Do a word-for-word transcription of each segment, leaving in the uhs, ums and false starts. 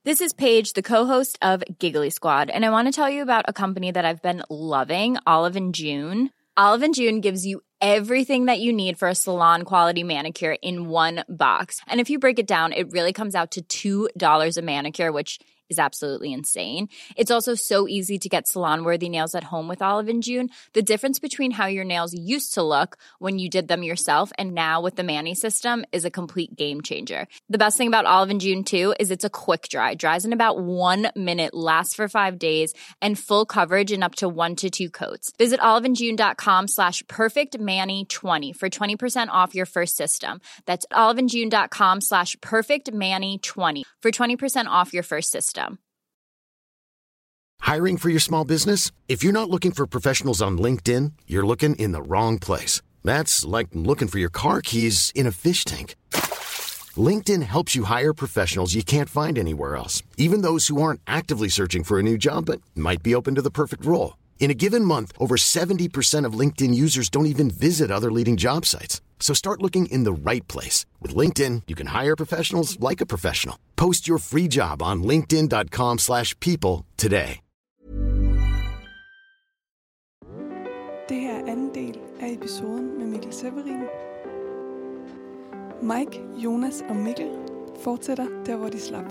This is Paige, the co-host of Giggly Squad, and I want to tell you about a company that I've been loving, Olive and June. Olive and June gives you everything that you need for a salon-quality manicure in one box. And if you break it down, it really comes out to two dollars a manicure, which is absolutely insane. It's also so easy to get salon-worthy nails at home with Olive and June. The difference between how your nails used to look when you did them yourself and now with the Mani system is a complete game changer. The best thing about Olive and June, too, is it's a quick dry. Dries in about one minute, lasts for five days, and full coverage in up to one to two coats. Visit oliveandjune.com slash perfectmani20 for twenty percent off your first system. That's oliveandjune.com slash perfectmani20 for twenty percent off your first system. Hiring for your small business? If you're not looking for professionals on LinkedIn, you're looking in the wrong place. That's like looking for your car keys in a fish tank. LinkedIn helps you hire professionals you can't find anywhere else, even those who aren't actively searching for a new job but might be open to the perfect role. In a given month, over seventy percent of LinkedIn users don't even visit other leading job sites. So start looking in the right place. With LinkedIn, you can hire professionals like a professional. Post your free job on linkedin.com slash people today. Det her er anden del af episoden med Mikkel Severin. Mike, Jonas og Mikkel fortsætter der, hvor de slap.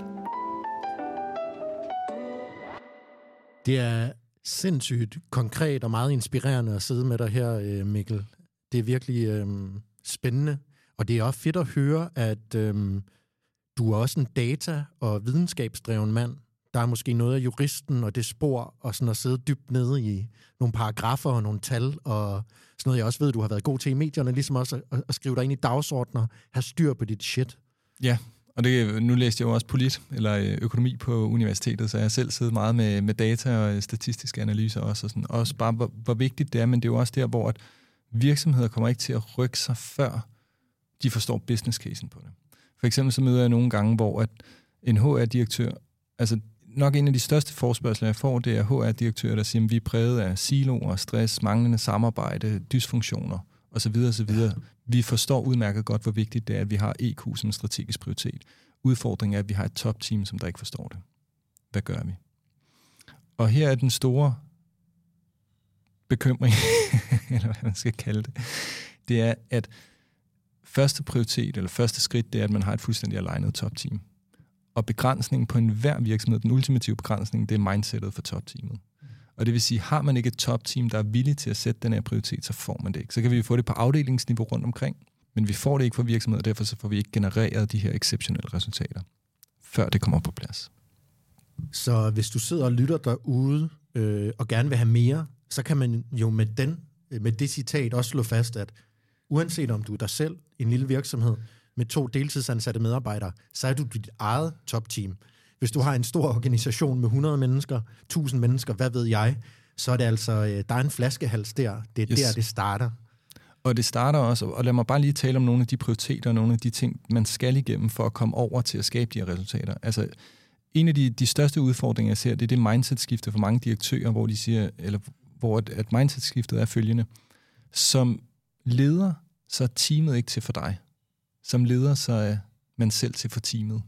Det er sindssygt konkret og meget inspirerende at sidde med dig her, Mikkel. Det er virkelig øhm, spændende, og det er også fedt at høre, at øhm, du er også en data- og videnskabsdreven mand. Der er måske noget af juristen og det spor, og sådan at sidde dybt nede i nogle paragrafer og nogle tal, og sådan noget, jeg også ved, du har været god til i medierne, ligesom også at, at skrive dig ind i dagsordner, have styr på dit shit. Ja, og det, nu læste jeg jo også polit, eller økonomi på universitetet, så jeg har selv siddet meget med, med data og statistiske analyser også, og sådan. Også bare, hvor, hvor vigtigt det er, men det er jo også der, hvor at virksomheder kommer ikke til at rykke sig, før de forstår business casen på det. For eksempel så møder jeg nogle gange, hvor at en H R-direktør, altså nok en af de største forespørgsler, jeg får, det er H R-direktører, der siger, at vi er præget af siloer, stress, manglende samarbejde, dysfunktioner osv. osv. Vi forstår udmærket godt, hvor vigtigt det er, at vi har E Q som en strategisk prioritet. Udfordringen er, at vi har et topteam, som der ikke forstår det. Hvad gør vi? Og her er den store bekymring, eller hvad man skal kalde det, det er, at første prioritet, eller første skridt, det er, at man har et fuldstændig alignet topteam. Og begrænsningen på enhver virksomhed, den ultimative begrænsning, det er mindsetet for topteamet. Og det vil sige, har man ikke et topteam, der er villig til at sætte den her prioritet, så får man det ikke. Så kan vi få det på afdelingsniveau rundt omkring, men vi får det ikke for virksomheder, og derfor så får vi ikke genereret de her exceptionelle resultater, før det kommer på plads. Så hvis du sidder og lytter derude øh, og gerne vil have mere, så kan man jo med, den, med det citat også slå fast, at uanset om du er dig selv, en lille virksomhed, med to deltidsansatte medarbejdere, så er du dit eget topteam. Hvis du har en stor organisation med hundrede mennesker, tusind mennesker, hvad ved jeg, så er det altså, der er en flaskehals der. Det er yes. der, det starter. Og det starter også, og lad mig bare lige tale om nogle af de prioriteter, og nogle af de ting, man skal igennem for at komme over til at skabe de her resultater. Altså, en af de, de største udfordringer, jeg ser, det er det mindset-skifte for mange direktører, hvor de siger, eller hvor at, at mindset-skiftet er følgende. Som leder, så er teamet ikke til for dig. Som leder, så er man selv til for teamet.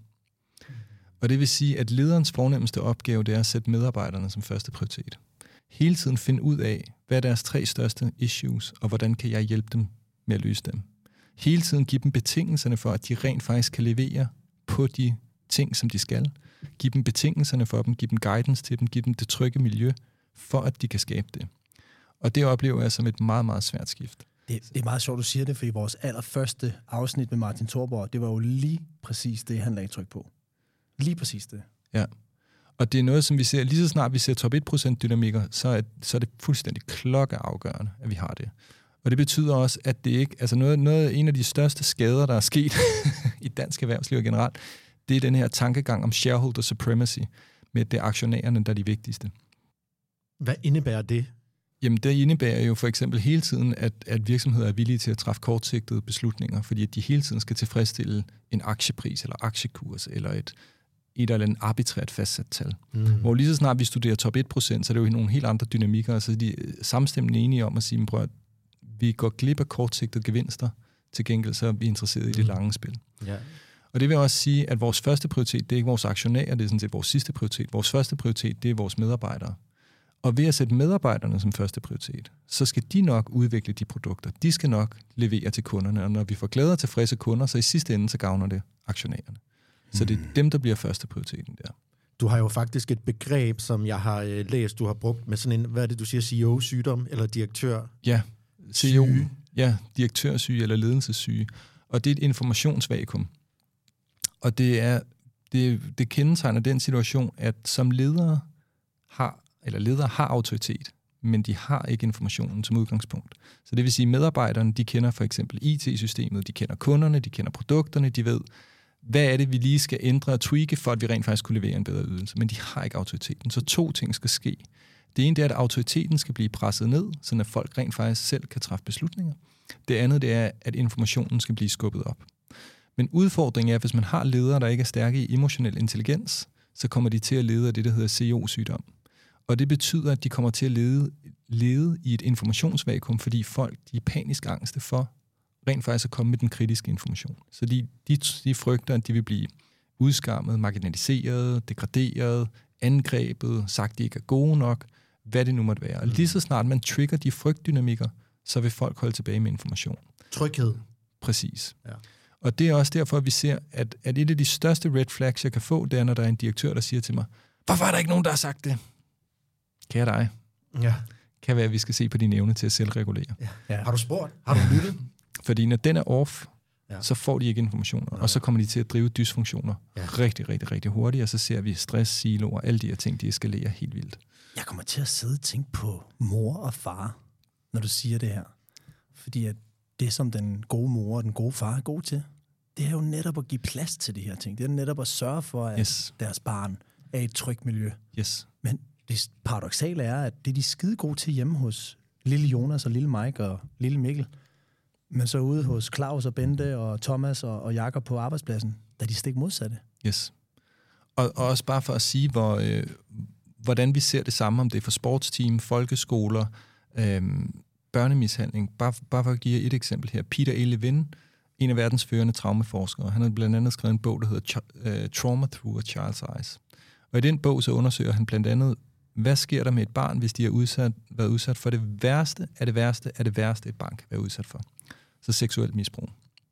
Og det vil sige, at lederens fornemmeste opgave, det er at sætte medarbejderne som første prioritet. Hele tiden finde ud af, hvad er deres tre største issues, og hvordan kan jeg hjælpe dem med at løse dem. Hele tiden give dem betingelserne for, at de rent faktisk kan levere på de ting, som de skal. Give dem betingelserne for dem, give dem guidance til dem, give dem det trygge miljø, for at de kan skabe det. Og det oplever jeg som et meget, meget svært skift. Det, det er meget sjovt, du siger det, fordi vores allerførste afsnit med Martin Thorborg, det var jo lige præcis det, han lagde tryk på. Lige præcis det. Ja, og det er noget, som vi ser, lige så snart vi ser top et procent dynamikker, så er, så er det fuldstændig klokkeafgørende, at vi har det. Og det betyder også, at det ikke, altså noget, noget en af de største skader, der er sket i dansk erhvervsliv generelt, det er den her tankegang om shareholder supremacy, med at det er aktionærerne, der er de vigtigste. Hvad indebærer det? Jamen, det indebærer jo for eksempel hele tiden, at, at virksomheder er villige til at træffe kortsigtede beslutninger, fordi at de hele tiden skal tilfredsstille en aktiepris eller aktiekurs eller et, et eller andet arbitrært fastsat tal. Mm. Hvor lige så snart vi studerer top et procent, så er det jo nogle helt andre dynamikker, så de er samstemmende enige om at sige, at vi går glip af kortsigtede gevinster, til gengæld så er vi interesseret i det lange spil. Ja. Og det vil også sige, at vores første prioritet, det er ikke vores aktionærer, det er sådan set vores sidste prioritet. Vores første prioritet, det er vores medarbejdere. Og ved at sætte medarbejderne som første prioritet, så skal de nok udvikle de produkter. De skal nok levere til kunderne, og når vi får glade og tilfredse kunder, så i sidste ende, så gavner det aktionærerne. Så det er dem, der bliver første prioriteten der. Du har jo faktisk et begreb, som jeg har øh, læst, du har brugt med sådan en, hvad er det, du siger, C E O-sygdom eller direktør? Ja, C E O. Ja, direktørsyge eller ledelsessyge. Og det er et informationsvakuum. Og det er det, det kendetegner den situation, at som ledere har, eller ledere har autoritet, men de har ikke informationen som udgangspunkt. Så det vil sige, at medarbejderne, de kender for eksempel I T-systemet, de kender kunderne, de kender produkterne, de ved, hvad er det, vi lige skal ændre og tweake, for at vi rent faktisk kunne levere en bedre ydelse. Men de har ikke autoriteten. Så to ting skal ske. Det ene det er, at autoriteten skal blive presset ned, så at folk rent faktisk selv kan træffe beslutninger. Det andet det er, at informationen skal blive skubbet op. Men udfordringen er, at hvis man har ledere, der ikke er stærke i emotionel intelligens, så kommer de til at lede af det, der hedder C E O-sygdom. Og det betyder, at de kommer til at lede, lede i et informationsvakuum, fordi folk de er panisk angste for rent faktisk at komme med den kritiske information. Så de, de, de frygter, at de vil blive udskammet, marginaliseret, degraderet, angrebet, sagt, at de ikke er gode nok, hvad det nu måtte være. Og lige så snart man trigger de frygtdynamikker, så vil folk holde tilbage med information. Tryghed. Præcis. Ja. Og det er også derfor, at vi ser, at, at et af de største red flags, jeg kan få, det er, når der er en direktør, der siger til mig, hvorfor er der ikke nogen, der har sagt det? Kære dig. Ja. Kan være, at vi skal se på dine evne til at selvregulere. Ja. Ja. Har du spurgt? Har du lyttet? Fordi når den er off, ja. så får de ikke informationer, ja. og så kommer de til at drive dysfunktioner ja. rigtig, rigtig, rigtig hurtigt, og så ser vi stress, siloer, alle de her ting, de eskalerer helt vildt. Jeg kommer til at sidde og tænke på mor og far, når du siger det her. Fordi at det, som den gode mor og den gode far er god til, det er jo netop at give plads til de her ting. Det er netop at sørge for, at yes. deres barn er i et trygt miljø. Yes. Men det paradoksale er, at det er de skide gode til hjemme hos lille Jonas og lille Mike og lille Mikkel. Men så ude hos Claus og Bente og Thomas og, og Jakob på arbejdspladsen, der er de stik modsatte. Yes. Og, og også bare for at sige, hvor, øh, hvordan vi ser det samme, om det er for sportsteam, folkeskoler, øh, børnemishandling. Bare, bare for at give et eksempel her. Peter E. Levin, en af verdens førende traumeforskere, han har blandt andet skrevet en bog, der hedder uh, Trauma Through a Child's Eyes. Og i den bog så undersøger han blandt andet, hvad sker der med et barn, hvis de har udsat, været udsat for det værste af det værste af det værste, et barn kan være udsat for. Så seksuelt misbrug.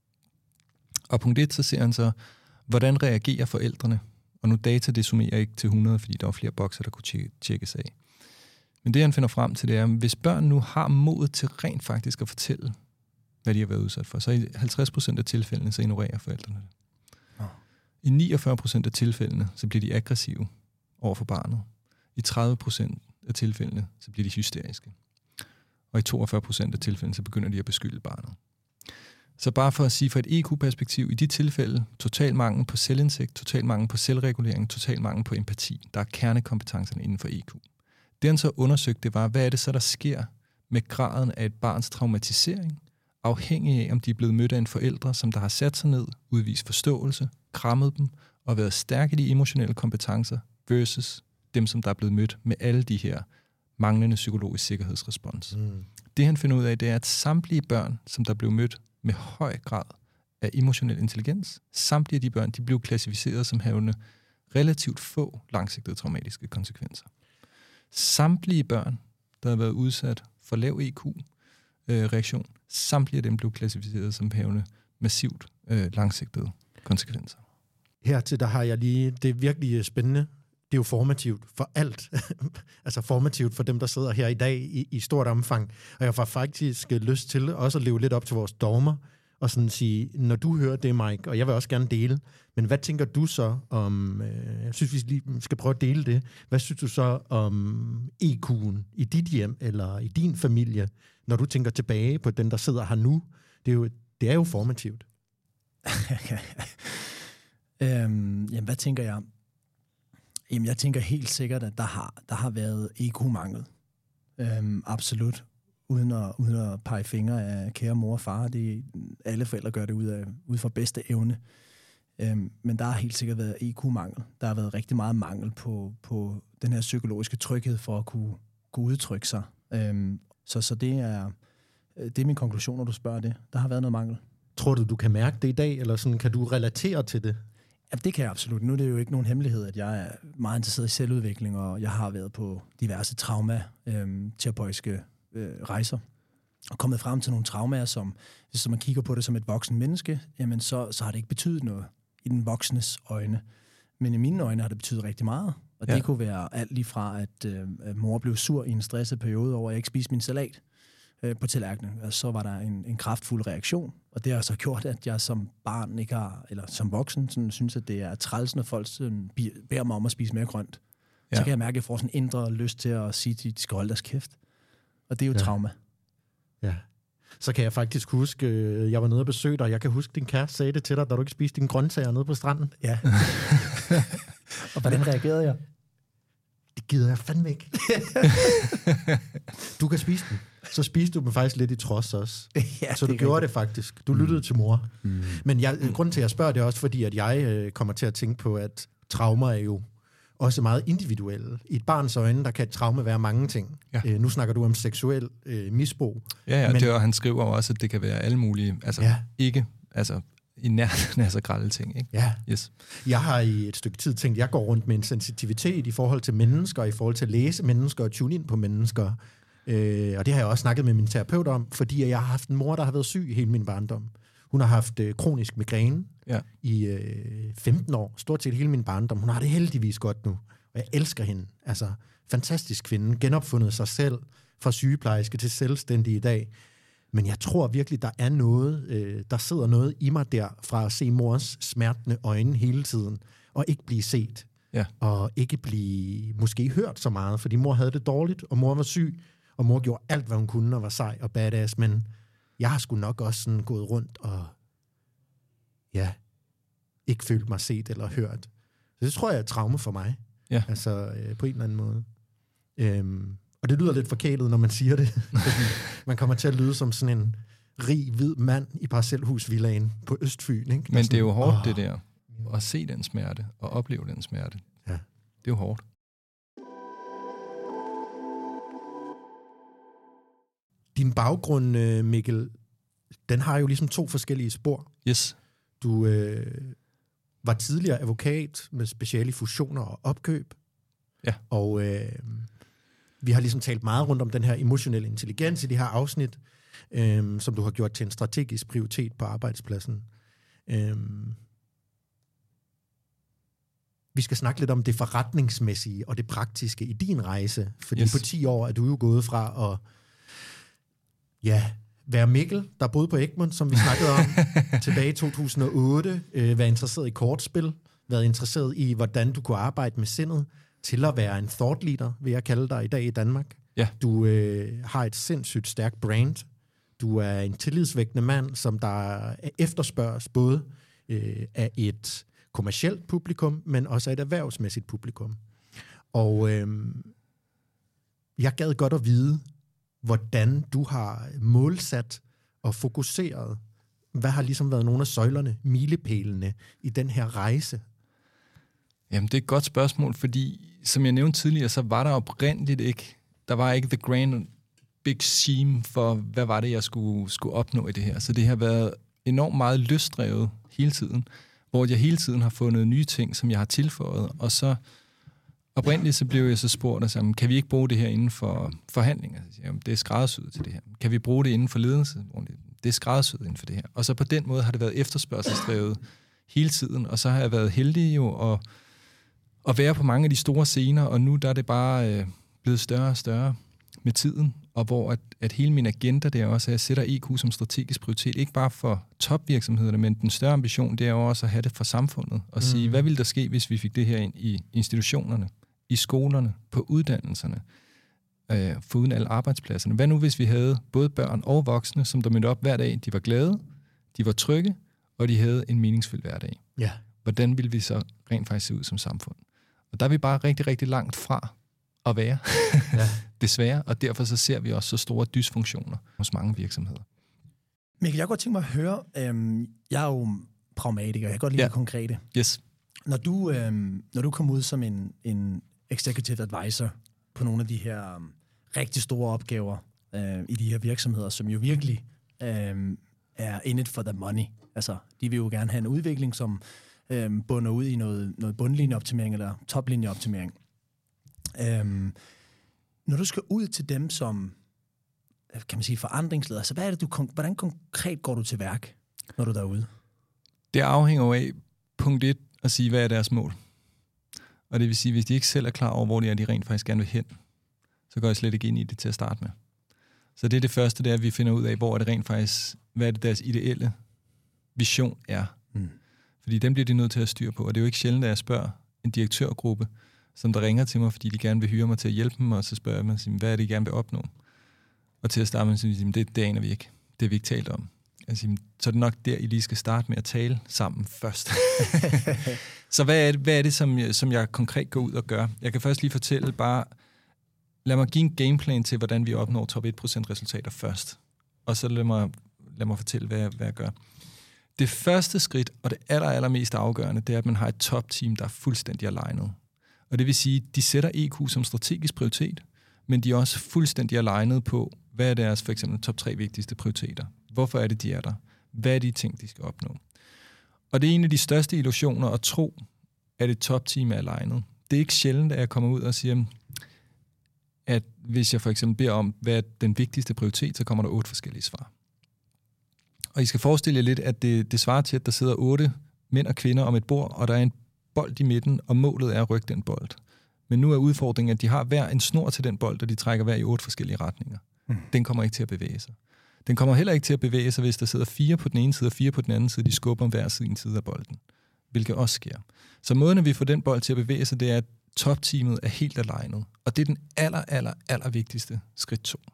Og punkt et, så ser han så, hvordan reagerer forældrene? Og nu data, det summerer ikke til hundrede, fordi der var flere bokser, der kunne tjekkes af. Men det, han finder frem til, det er, hvis børn nu har modet til rent faktisk at fortælle, hvad de har været udsat for, så i halvtreds procent af tilfældene, så ignorerer forældrene det. Oh. I niogfyrre procent af tilfældene, så bliver de aggressive over for barnet. I tredive procent af tilfældene, så bliver de hysteriske. Og i toogfyrre procent af tilfældene, så begynder de at beskylde barnet. Så bare for at sige, fra et E Q-perspektiv, i de tilfælde, total mangel på selvindsigt, total mangel på selvregulering, total mangel på empati, der er kernekompetencerne inden for E Q. Det han så undersøgte, det var, hvad er det så, der sker med graden af et barns traumatisering, afhængig af, om de er blevet mødt af en forælder, som der har sat sig ned, udvist forståelse, krammet dem og været stærke i de emotionelle kompetencer, versus dem, som der er blevet mødt med alle de her manglende psykologisk sikkerhedsrespons. Mm. Det han finder ud af, det er, at samtlige børn, som der blev mødt med høj grad af emotionel intelligens, samtlige af de børn, de blev klassificeret som havende relativt få langsigtede traumatiske konsekvenser. Samtlige børn, der har været udsat for lav E Q-reaktion, samtlige af dem blev klassificeret som havende massivt øh, langsigtede konsekvenser. Hertil, der har jeg lige, det er virkelig spændende. Det er jo formativt for alt. Altså formativt for dem, der sidder her i dag i, i stort omfang. Og jeg får faktisk lyst til også at leve lidt op til vores dogmer, og sådan sige, når du hører det, Mike, og jeg vil også gerne dele, men hvad tænker du så om, øh, jeg synes, vi lige skal prøve at dele det, hvad synes du så om E Q'en i dit hjem, eller i din familie, når du tænker tilbage på den, der sidder her nu? Det er jo, det er jo formativt. øhm, jamen, hvad tænker jeg? Jamen, jeg tænker helt sikkert, at der har, der har været E Q-mangel. Øhm, absolut. Uden at, uden at pege fingre af kære mor og far. Det, alle forældre gør det ud, af, ud fra bedste evne. Øhm, men der har helt sikkert været E Q-mangel. Der har været rigtig meget mangel på, på den her psykologiske tryghed for at kunne, kunne udtrykke sig. Øhm, så, så det er, det er min konklusion, når du spørger det. Der har været noget mangel. Tror du, du kan mærke det i dag, eller sådan, kan du relatere til det? Ja, det kan jeg absolut. Nu er det jo ikke nogen hemmelighed, at jeg er meget interesseret i selvudvikling, og jeg har været på diverse trauma-terapeutiske øh, øh, rejser, og kommet frem til nogle traumer, som, hvis man kigger på det som et voksen menneske, jamen så, så har det ikke betydet noget i den voksnes øjne. Men i mine øjne har det betydet rigtig meget. Og ja. Det kunne være alt lige fra, at øh, mor blev sur i en stresset periode over, at jeg ikke spiste min salat øh, på tallerkenen. Og så var der en, en kraftfuld reaktion. Og det har så gjort, at jeg som barn ikke har, eller som voksen, sådan, synes, at det er træls, når folk sådan, beder mig om at spise mere grønt. Ja. Så kan jeg mærke, at jeg får sådan en indre lyst til at sige, at de skal holde deres kæft. Og det er jo ja. trauma. Ja. Så kan jeg faktisk huske, jeg var nede og besøgte dig, og jeg kan huske, din kæreste sagde det til dig, da du ikke spiste dine grøntsager nede på stranden. Ja. Og hvordan reagerede jeg? Det gider jeg fandme ikke. Du kan spise den. Så spiste du dem faktisk lidt i trods også. Ja, så du det gjorde rigtigt. Det faktisk. Du lyttede mm. til mor. Mm. Men jeg, grunden til, at jeg spørger, det er også fordi, at jeg øh, kommer til at tænke på, at traumer er jo også meget individuelle. I et barns øjne, der kan et traume være mange ting. Ja. Øh, nu snakker du om seksuel øh, misbrug. Ja, ja, men, det er, han skriver også, at det kan være alle mulige, altså ja. ikke, altså i nærheden af så grælde ting, ikke? Ja. Yes. Jeg har i et stykke tid tænkt, at jeg går rundt med en sensitivitet i forhold til mennesker, i forhold til at læse mennesker og tune ind på mennesker. Øh, og det har jeg også snakket med min terapeut om, fordi jeg har haft en mor, der har været syg i hele min barndom. Hun har haft øh, kronisk migræne ja. i øh, femten år, stort set hele min barndom. Hun har det heldigvis godt nu, og jeg elsker hende. Altså, fantastisk kvinde, genopfundet sig selv, fra sygeplejerske til selvstændig i dag. Men jeg tror virkelig, der er noget, øh, der sidder noget i mig der, fra at se mors smertende øjne hele tiden, og ikke blive set, ja. og ikke blive måske hørt så meget, fordi mor havde det dårligt, og mor var syg, og mor gjorde alt, hvad hun kunne, og var sej og badass, men jeg har sgu nok også sådan gået rundt og ja, ikke følt mig set eller hørt. Så det tror jeg er et traume for mig, ja. altså øh, på en eller anden måde. Øhm, Og det lyder lidt forkælet, når man siger det. Fordi man kommer til at lyde som sådan en rig, hvid mand i parcelhusvillaen på Østfyn. Ikke? Men det er jo hårdt, åh. det der. At se den smerte, og opleve den smerte. Ja. Det er jo hårdt. Din baggrund, Mikkel, den har jo ligesom to forskellige spor. Yes. Du øh, var tidligere advokat med speciale i fusioner og opkøb. Ja. Og øh, vi har ligesom talt meget rundt om den her emotionelle intelligens i det her afsnit, øhm, som du har gjort til en strategisk prioritet på arbejdspladsen. Øhm, vi skal snakke lidt om det forretningsmæssige og det praktiske i din rejse, fordi yes. på ti år er du jo gået fra at ja, være Mikkel, der boede på Egmont, som vi snakkede om, tilbage i to tusind og otte, øh, være interesseret i kortspil, været interesseret i, hvordan du kunne arbejde med sindet, til at være en thought leader, vil jeg kalde dig i dag i Danmark. Ja. Du øh, har et sindssygt stærkt brand. Du er en tillidsvækkende mand, som der efterspørges både øh, af et kommercielt publikum, men også af et erhvervsmæssigt publikum. Og øh, jeg gad godt at vide, hvordan du har målsat og fokuseret. Hvad har ligesom været nogle af søjlerne, milepælene i den her rejse? Jamen, det er et godt spørgsmål, fordi som jeg nævnte tidligere, så var der oprindeligt ikke, der var ikke the grand big scheme for, hvad var det, jeg skulle, skulle opnå i det her. Så det har været enormt meget lystdrevet hele tiden, hvor jeg hele tiden har fundet nye ting, som jeg har tilføjet, og så oprindeligt så blev jeg så spurgt, altså, kan vi ikke bruge det her inden for forhandlinger? Jamen, det er skræddersyet til det her. Kan vi bruge det inden for ledelse? Det er skræddersyet inden for det her. Og så på den måde har det været efterspørgselsdrevet hele tiden, og så har jeg været heldig jo at at være på mange af de store scener, og nu der er det bare øh, blevet større og større med tiden, og hvor at, at hele min agenda, det er også, at jeg sætter E Q som strategisk prioritet, ikke bare for topvirksomhederne, men den større ambition, det er jo også at have det for samfundet, og mm. sige, hvad ville der ske, hvis vi fik det her ind i institutionerne, i skolerne, på uddannelserne, øh, foruden alle arbejdspladserne. Hvad nu, hvis vi havde både børn og voksne, som der mødte op hver dag, de var glade, de var trygge, og de havde en meningsfyldt hverdag. Ja. Hvordan ville vi så rent faktisk se ud som samfund? Og der er vi bare rigtig, rigtig langt fra at være, ja. desværre, og derfor så ser vi også så store dysfunktioner hos mange virksomheder. Mikkel, jeg kunne godt tænke mig at høre, øhm, jeg er jo pragmatiker, jeg kan godt lide ja. det konkrete. Yes. Når du, øhm, når du kom ud som en, en executive advisor på nogle af de her øhm, rigtig store opgaver øh, i de her virksomheder, som jo virkelig øh, er in it for the money. Altså, de vil jo gerne have en udvikling, som øhm, bunder ud i noget, noget bundlinjeoptimering eller toplinjeoptimering. Øhm, når du skal ud til dem som, kan man sige, forandringsleder, så hvad er det, du, hvordan konkret går du til værk, når du er derude? Det afhænger af, punkt et, at sige, hvad er deres mål. Og det vil sige, hvis de ikke selv er klar over, hvor det er, de rent faktisk gerne vil hen, så går jeg slet ikke ind i det til at starte med. Så det er det første, det er, at vi finder ud af, hvor er det rent faktisk, hvad er det deres ideelle vision er. Mm. Fordi den bliver de nødt til at styre på, og det er jo ikke sjældent, at jeg spørger en direktørgruppe, som der ringer til mig, fordi de gerne vil hyre mig til at hjælpe dem, og så spørger jeg mig, hvad er det, de gerne vil opnå? Og til at starte med, så siger jeg, det, det aner vi ikke. Det har vi ikke talt om. Jeg siger, så er det nok der, I lige skal starte med at tale sammen først. Så hvad er det, hvad er det som, jeg, som jeg konkret går ud og gør? Jeg kan først lige fortælle bare, lad mig give en gameplan til, hvordan vi opnår top et procent resultater først. Og så lad mig, lad mig fortælle, hvad jeg, hvad jeg gør. Det første skridt, og det aller, aller mest afgørende, det er, at man har et topteam, der er fuldstændig alignet. Og det vil sige, de sætter E Q som strategisk prioritet, men de er også fuldstændig alignet på, hvad er deres for eksempel top tre vigtigste prioriteter. Hvorfor er det, de er der? Hvad er de ting, de skal opnå? Og det er en af de største illusioner at tro, at et topteam er alignet. Det er ikke sjældent, at jeg kommer ud og siger, at hvis jeg for eksempel beder om, hvad er den vigtigste prioritet, så kommer der otte forskellige svar. Og I skal forestille jer lidt, at det, det svarer til, at der sidder otte mænd og kvinder om et bord, og der er en bold i midten, og målet er at rykke den bold. Men nu er udfordringen, at de har hver en snor til den bold, og de trækker hver i otte forskellige retninger. Mm. Den kommer ikke til at bevæge sig. Den kommer heller ikke til at bevæge sig, hvis der sidder fire på den ene side og fire på den anden side, de skubber om hver sin side af bolden, hvilket også sker. Så måden, at vi får den bold til at bevæge sig, det er, at topteamet er helt alignet. Og det er den aller, aller, aller vigtigste skridt to.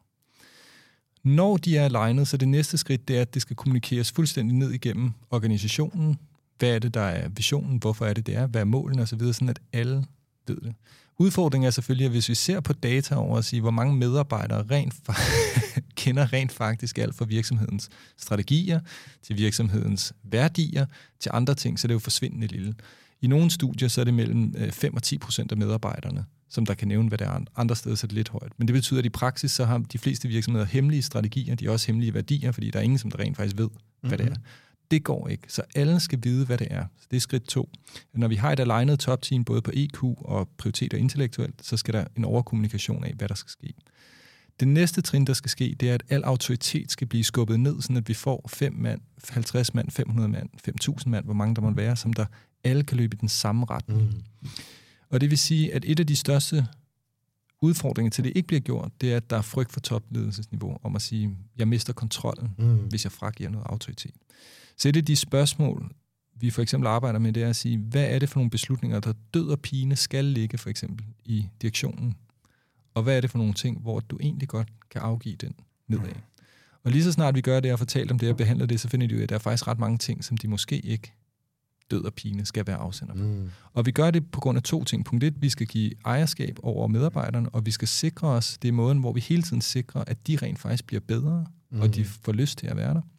Når de er alignet, så det næste skridt, det er, at det skal kommunikeres fuldstændig ned igennem organisationen. Hvad er det, der er visionen? Hvorfor er det, det er? Hvad er målene? Og så videre, sådan at alle ved det. Udfordringen er selvfølgelig, at hvis vi ser på data over at sige, hvor mange medarbejdere rent fa- kender rent faktisk alt fra virksomhedens strategier, til virksomhedens værdier, til andre ting, så det er jo forsvindende lille. I nogle studier, så er det mellem fem og ti procent af medarbejderne, som der kan nævne, hvad det er. Andre steder, så er det lidt højt. Men det betyder, at i praksis, så har de fleste virksomheder hemmelige strategier, de har også hemmelige værdier, fordi der er ingen, som der rent faktisk ved, hvad mm-hmm. det er. Det går ikke, så alle skal vide, hvad det er. Så det er skridt to. Når vi har et alignet topteam, både på E Q og prioritet og intellektuelt, så skal der en overkommunikation af, hvad der skal ske. Det næste trin, der skal ske, det er, at al autoritet skal blive skubbet ned, sådan at vi får fem mand, halvtreds mand, fem hundrede mand, fem tusind mand, hvor mange der må være, som der alle kan løbe i den samme retning. Mm. Og det vil sige, at et af de største udfordringer til det ikke bliver gjort, det er, at der er frygt for topledelsesniveau om at sige, jeg mister kontrollen, mm. hvis jeg fragiver noget autoritet. Så et af de spørgsmål, vi for eksempel arbejder med, det er at sige, hvad er det for nogle beslutninger, der død og pine skal ligge for eksempel i direktionen? Og hvad er det for nogle ting, hvor du egentlig godt kan afgive den nedad? Mm. Og lige så snart vi gør det og fortalt om det og behandler det, så finder de ud af, at der er faktisk ret mange ting, som de måske ikke død og pine skal være afsender for. Mm. Og vi gør det på grund af to ting. Punkt et, vi skal give ejerskab over medarbejderne, og vi skal sikre os, det er måden, hvor vi hele tiden sikrer, at de rent faktisk bliver bedre, mm. og de får lyst til at være der.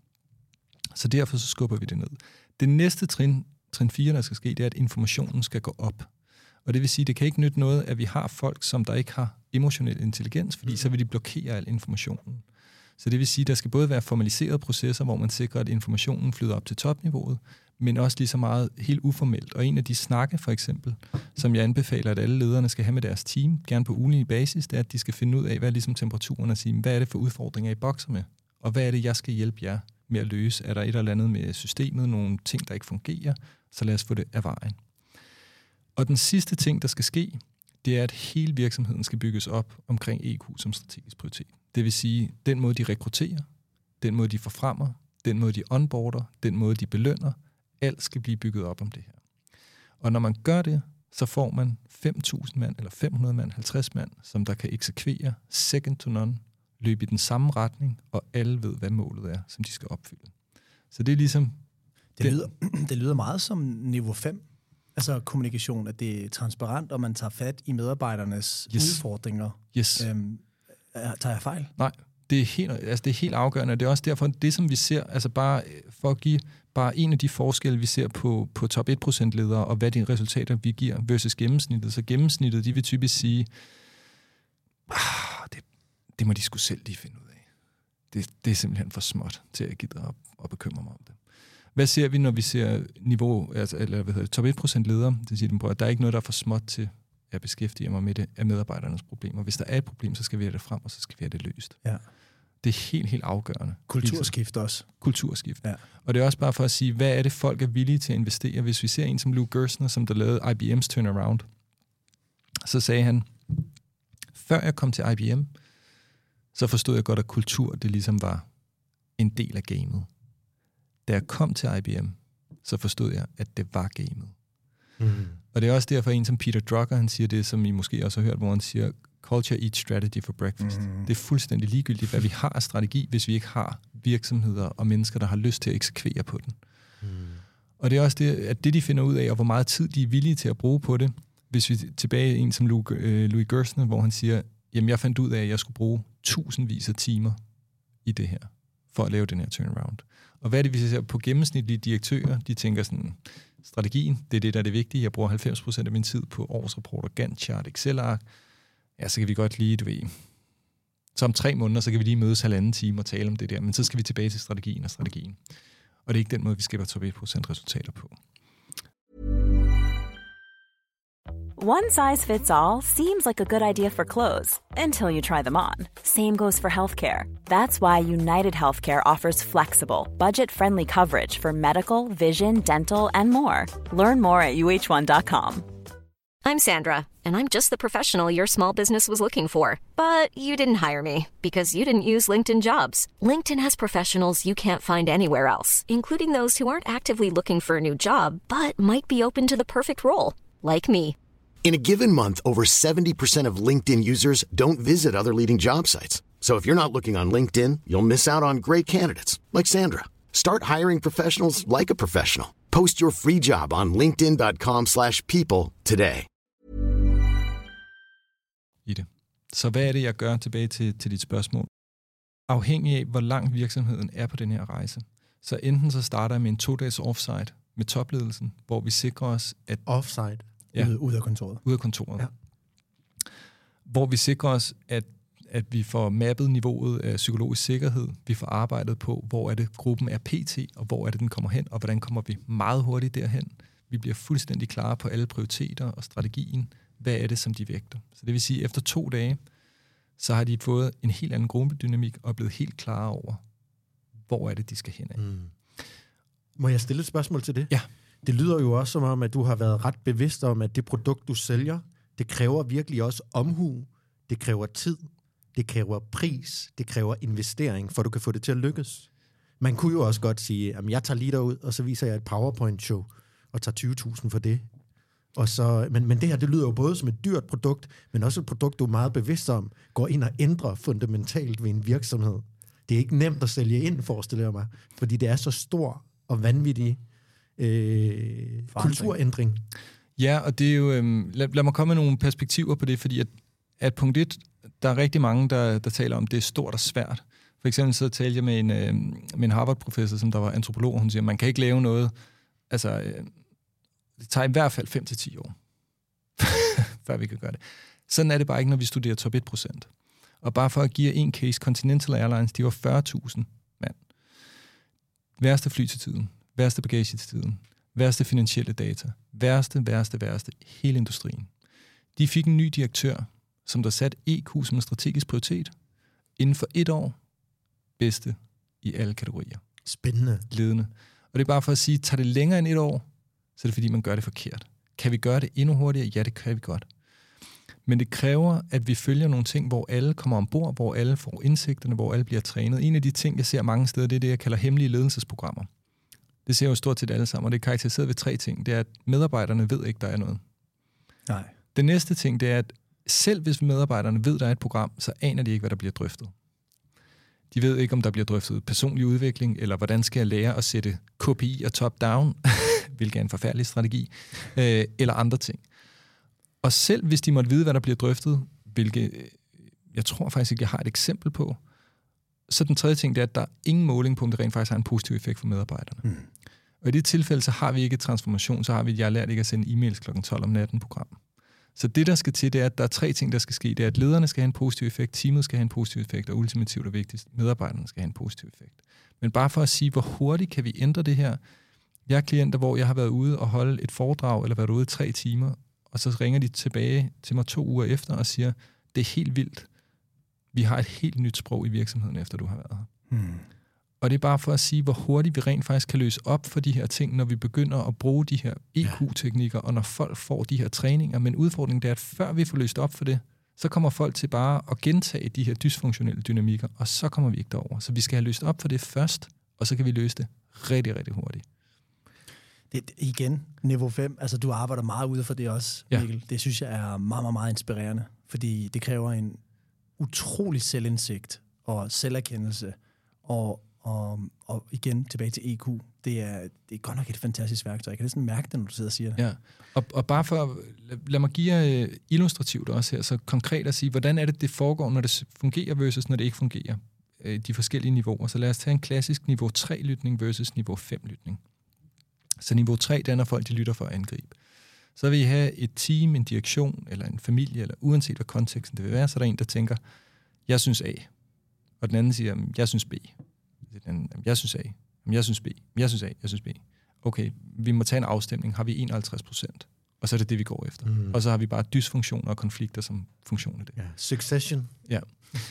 Så derfor så skubber vi det ned. Det næste trin, trin fire, der skal ske, det er, at informationen skal gå op. Og det vil sige, det kan ikke nytte noget, at vi har folk, som der ikke har emotionel intelligens, fordi mm. så vil de blokere al informationen. Så det vil sige, der skal både være formaliserede processer, hvor man sikrer, at informationen flyder op til topniveauet, men også lige så meget helt uformelt. Og en af de snakke, for eksempel, som jeg anbefaler, at alle lederne skal have med deres team, gerne på ugenlig basis, det er, at de skal finde ud af, hvad er ligesom temperaturen, og sige, hvad er det for udfordringer, I bokser med? Og hvad er det, jeg skal hjælpe jer med at løse? Er der et eller andet med systemet, nogle ting, der ikke fungerer? Så lad os få det af vejen. Og den sidste ting, der skal ske, det er, at hele virksomheden skal bygges op omkring E Q som strategisk prioritet. Det vil sige, den måde, de rekrutterer, den måde, de forfremmer, den måde, de onboarder, den måde, de belønner, alt skal blive bygget op om det her. Og når man gør det, så får man fem tusind mand, eller fem hundrede mand, halvtreds mand, som der kan eksekvere second to none, løbe i den samme retning, og alle ved, hvad målet er, som de skal opfylde. Så det er ligesom... Det lyder, det lyder meget som niveau fem. Altså kommunikation, at det er transparent, og man tager fat i medarbejdernes yes. udfordringer. Yes. Øhm, tager jeg fejl? Nej, det er, helt, altså det er helt afgørende. Det er også derfor, det som vi ser, altså bare for at give bare en af de forskelle, vi ser på, på top et procent ledere, og hvad de resultater, vi giver, versus gennemsnittet. Så gennemsnittet, de vil typisk sige, ah, det, det må de sgu selv lige finde ud af. det, det er simpelthen for småt til at gide at, at bekymre mig om det. Hvad ser vi, når vi ser niveau, altså, eller hvad hedder det, top et procent ledere? Det siger, at der er ikke noget, der er for småt til at beskæftige mig med det af medarbejdernes problemer. Hvis der er et problem, så skal vi have det frem, og så skal vi have det løst. Ja. Det er helt, helt afgørende. Kulturskift også. Kulturskift. Ja. Og det er også bare for at sige, hvad er det, folk er villige til at investere? Hvis vi ser en som Lou Gerstner, som der lavede I B M's turnaround, så sagde han, før jeg kom til I B M, så forstod jeg godt, at kultur, det ligesom var en del af gamet. Da jeg kom til I B M, så forstod jeg, at det var gamet. Mm. Og det er også derfor, en som Peter Drucker, han siger det, som I måske også har hørt, hvor han siger, culture eats strategy for breakfast. Mm. Det er fuldstændig ligegyldigt, hvad vi har af strategi, hvis vi ikke har virksomheder og mennesker, der har lyst til at eksekvere på den. Mm. Og det er også det, at det, de finder ud af, og hvor meget tid de er villige til at bruge på det, hvis vi tilbage en som Louis Gerstner, hvor han siger, jamen jeg fandt ud af, at jeg skulle bruge tusindvis af timer i det her, for at lave den her turnaround. Og hvad er det, vi ser på gennemsnitlige direktører? De tænker sådan, strategien, det er det, der er det vigtige. Jeg bruger halvfems procent af min tid på årsrapporter, Gantt-chart, Excel-ark. Ja, så kan vi godt lige, du ved, så om tre måneder, så kan vi lige mødes halvanden time og tale om det der, men så skal vi tilbage til strategien og strategien. Og det er ikke den måde, vi skaber top et procent resultater på. One size fits all seems like a good idea for clothes until you try them on. Same goes for healthcare. That's why United Healthcare offers flexible, budget-friendly coverage for medical, vision, dental, and more. Learn more at U H one dot com. I'm Sandra, and I'm just the professional your small business was looking for. But you didn't hire me because you didn't use LinkedIn Jobs. LinkedIn has professionals you can't find anywhere else, including those who aren't actively looking for a new job, but might be open to the perfect role, like me. In a given month, over seventy percent of LinkedIn users don't visit other leading job sites. So if you're not looking on LinkedIn, you'll miss out on great candidates like Sandra. Start hiring professionals like a professional. Post your free job on linkedin dot com slash people today. I det. Så hvad er det, jeg gør tilbage til, til dit spørgsmål? Afhængig af, hvor langt virksomheden er på den her rejse. Så enten så starter jeg med en to-dages offsite med topledelsen, hvor vi sikrer os, at... Offsite? Ja, Ud, ud af kontoret. Ud af kontoret. Ja. Hvor vi sikrer os, at, at vi får mappet niveauet af psykologisk sikkerhed. Vi får arbejdet på, hvor er det gruppen er P T, og hvor er det, den kommer hen, og hvordan kommer vi meget hurtigt derhen. Vi bliver fuldstændig klare på alle prioriteter og strategien. Hvad er det, som de vægter? Så det vil sige, at efter to dage, så har de fået en helt anden gruppedynamik og er blevet helt klare over, hvor er det, de skal hen af. Mm. Må jeg stille et spørgsmål til det? Ja. Det lyder jo også som om, at du har været ret bevidst om, at det produkt, du sælger, det kræver virkelig også omhu, det kræver tid, det kræver pris, det kræver investering, for du kan få det til at lykkes. Man kunne jo også godt sige, at jeg tager lige derud, og så viser jeg et PowerPoint-show, og tager tyve tusind for det. Og så, men, men det her, det lyder jo både som et dyrt produkt, men også et produkt, du er meget bevidst om, går ind og ændrer fundamentalt ved en virksomhed. Det er ikke nemt at sælge ind, forestiller jeg mig, fordi det er så stor og vanvittig øh, kulturændring. Ja, og det er jo... Øh, lad, lad mig komme med nogle perspektiver på det, fordi at, at punkt et, der er rigtig mange, der, der taler om, det er stort og svært. For eksempel så talte jeg med en, øh, med en Harvard-professor, som der var antropolog, og hun siger, man kan ikke lave noget... Altså, øh, det tager i hvert fald fem til ti år, før vi kan gøre det. Sådan er det bare ikke, når vi studerer top et procent. Og bare for at give en case, Continental Airlines, de var fyrre tusind mand. Værste fly til tiden, værste bagage til tiden, værste finansielle data, værste, værste, værste, hele industrien. De fik en ny direktør, som der satte E Q som en strategisk prioritet. Inden for et år, bedste i alle kategorier. Spændende. Ledende. Og det er bare for at sige, tager det længere end et år, så er det fordi, man gør det forkert. Kan vi gøre det endnu hurtigere? Ja, det kan vi godt. Men det kræver, at vi følger nogle ting, hvor alle kommer ombord, hvor alle får indsigterne, hvor alle bliver trænet. En af de ting, jeg ser mange steder, det er det, jeg kalder hemmelige ledelsesprogrammer. Det ser jo stort set alle sammen, og det er karakteriseret ved tre ting. Det er, at medarbejderne ved ikke, der er noget. Nej. Den næste ting, det er, at selv hvis medarbejderne ved, der er et program, så aner de ikke, hvad der bliver drøftet. De ved ikke, om der bliver drøftet personlig udvikling, eller hvordan skal jeg lære at sætte K P I og top-down, hvilket er en forfærdelig strategi, øh, eller andre ting. Og selv hvis de måtte vide, hvad der bliver drøftet, hvilket jeg tror faktisk ikke, jeg har et eksempel på, så den tredje ting, det er, at der er ingen måling på, om det rent faktisk har en positiv effekt for medarbejderne. Mm. Og i det tilfælde, så har vi ikke transformation, så har vi et, jeg har lært ikke at sende e-mails klokken tolv om natten program. Så det, der skal til, det er, at der er tre ting, der skal ske. Det er, at lederne skal have en positiv effekt, teamet skal have en positiv effekt, og ultimativt og vigtigst, medarbejderne skal have en positiv effekt. Men bare for at sige, hvor hurtigt kan vi ændre det her. Jeg har klienter, hvor jeg har været ude og holde et foredrag, eller været ude i tre timer, og så ringer de tilbage til mig to uger efter og siger, det er helt vildt. Vi har et helt nyt sprog i virksomheden, efter du har været her. Hmm. Og det er bare for at sige, hvor hurtigt vi rent faktisk kan løse op for de her ting, når vi begynder at bruge de her E Q-teknikker, og når folk får de her træninger. Men udfordringen er, at før vi får løst op for det, så kommer folk til bare at gentage de her dysfunktionelle dynamikker, og så kommer vi ikke derover. Så vi skal have løst op for det først, og så kan vi løse det rigtig, rigtig hurtigt. Det, igen, niveau fem, altså du arbejder meget ude for det også, Mikkel. Ja. Det synes jeg er meget, meget, meget inspirerende, fordi det kræver en utrolig selvindsigt og selverkendelse, og, og, og igen tilbage til E Q. Det er, det er godt nok et fantastisk værktøj. Jeg kan næsten mærke det, når du sidder og siger det. Ja, og, og bare for, lad mig give jer illustrativt også her, så konkret at sige, hvordan er det, det foregår, når det fungerer versus når det ikke fungerer, de forskellige niveauer. Så lad os tage en klassisk niveau tre-lytning versus niveau fem-lytning. Så niveau tre, det er, når folk de lytter for at angribe. Så vil I have et team, en direktion, eller en familie, eller uanset hvad konteksten det vil være, så er der en, der tænker, jeg synes A. Og den anden siger, jeg synes B. Den anden, jeg synes A. Jeg synes B. Jeg synes A. Jeg synes B. Okay, vi må tage en afstemning. Har vi enoghalvtreds procent? Og så er det det, vi går efter. Mm. Og så har vi bare dysfunktioner og konflikter som funktion af det. Ja. Succession. Ja.